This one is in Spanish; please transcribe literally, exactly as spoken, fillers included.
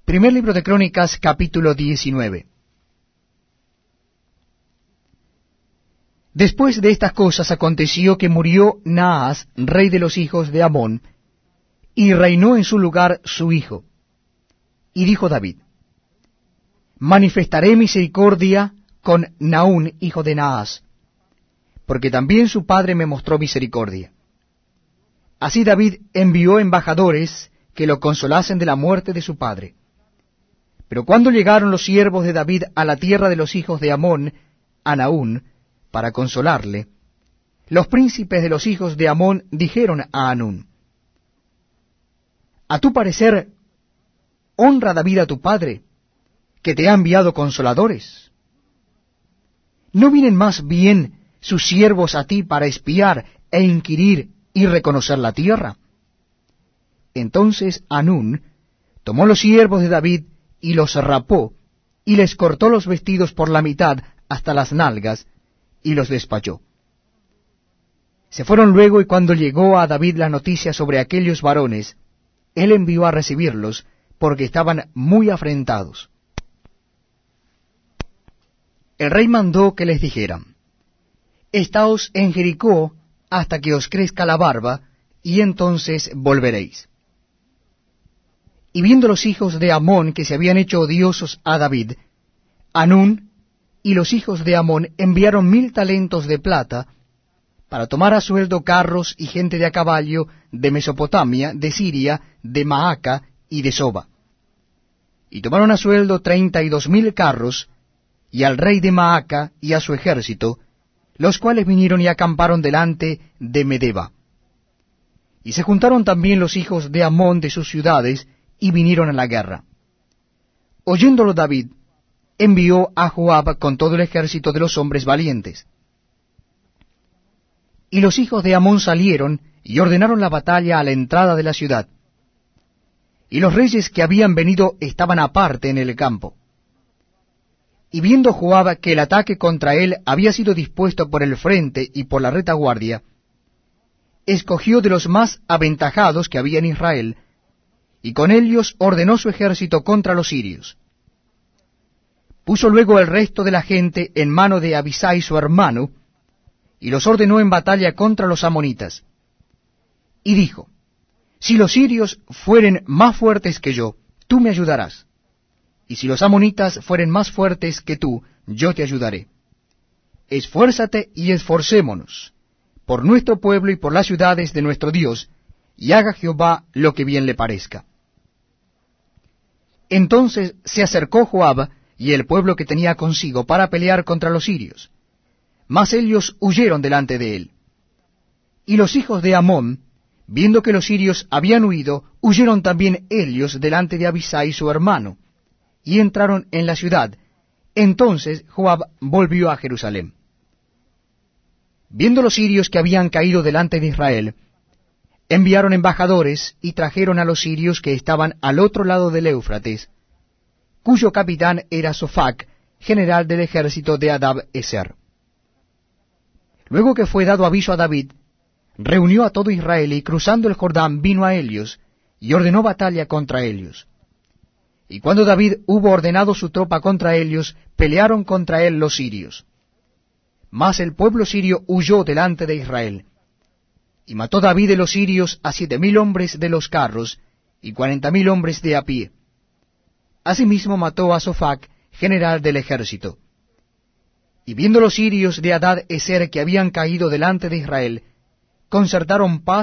Primer libro de Crónicas, capítulo diecinueve. Después de estas cosas aconteció que murió Naas, rey de los hijos de Amón, y reinó en su lugar su hijo. Y dijo David: manifestaré misericordia con Naún, hijo de Naas, porque también su padre me mostró misericordia. Así David envió embajadores que lo consolasen de la muerte de su padre. Pero cuando llegaron los siervos de David a la tierra de los hijos de Amón, a Naún, para consolarle, los príncipes de los hijos de Amón dijeron a Hanún: a tu parecer, honra David a tu padre, que te ha enviado consoladores. ¿No vienen más bien sus siervos a ti para espiar e inquirir y reconocer la tierra? Entonces Hanún tomó los siervos de David y los rapó, y les cortó los vestidos por la mitad hasta las nalgas, y los despachó. Se fueron luego, y cuando llegó a David la noticia sobre aquellos varones, él envió a recibirlos, porque estaban muy afrentados. El rey mandó que les dijeran: estaos en Jericó hasta que os crezca la barba, y entonces volveréis. Y viendo los hijos de Amón que se habían hecho odiosos a David, Hanún y los hijos de Amón enviaron mil talentos de plata para tomar a sueldo carros y gente de a caballo de Mesopotamia, de Siria, de Maaca y de Soba. Y tomaron a sueldo treinta y dos mil carros, y al rey de Maaca y a su ejército, los cuales vinieron y acamparon delante de Medeba. Y se juntaron también los hijos de Amón de sus ciudades, y vinieron a la guerra. Oyéndolo David, envió a Joab con todo el ejército de los hombres valientes. Y los hijos de Amón salieron y ordenaron la batalla a la entrada de la ciudad. Y los reyes que habían venido estaban aparte en el campo. Y viendo Joab que el ataque contra él había sido dispuesto por el frente y por la retaguardia, escogió de los más aventajados que había en Israel, y con ellos ordenó su ejército contra los sirios. Puso luego el resto de la gente en mano de Abisai su hermano, y los ordenó en batalla contra los amonitas. Y dijo: si los sirios fueren más fuertes que yo, tú me ayudarás; y si los amonitas fueren más fuertes que tú, yo te ayudaré. Esfuérzate y esforcémonos, por nuestro pueblo y por las ciudades de nuestro Dios, y haga Jehová lo que bien le parezca. Entonces se acercó Joab y el pueblo que tenía consigo para pelear contra los sirios, mas ellos huyeron delante de él. Y los hijos de Amón, viendo que los sirios habían huido, huyeron también ellos delante de Abisai su hermano, y entraron en la ciudad. Entonces Joab volvió a Jerusalén. Viendo los sirios que habían caído delante de Israel, enviaron embajadores y trajeron a los sirios que estaban al otro lado del Éufrates, cuyo capitán era Sofac, general del ejército de Adab-eser. Luego que fue dado aviso a David, reunió a todo Israel y cruzando el Jordán vino a ellos y ordenó batalla contra ellos. Y cuando David hubo ordenado su tropa contra ellos, pelearon contra él los sirios. Mas el pueblo sirio huyó delante de Israel. Y mató David de los sirios a siete mil hombres de los carros, y cuarenta mil hombres de a pie. Asimismo mató a Sofac, general del ejército. Y viendo los sirios de Hadad-eser que habían caído delante de Israel, concertaron paz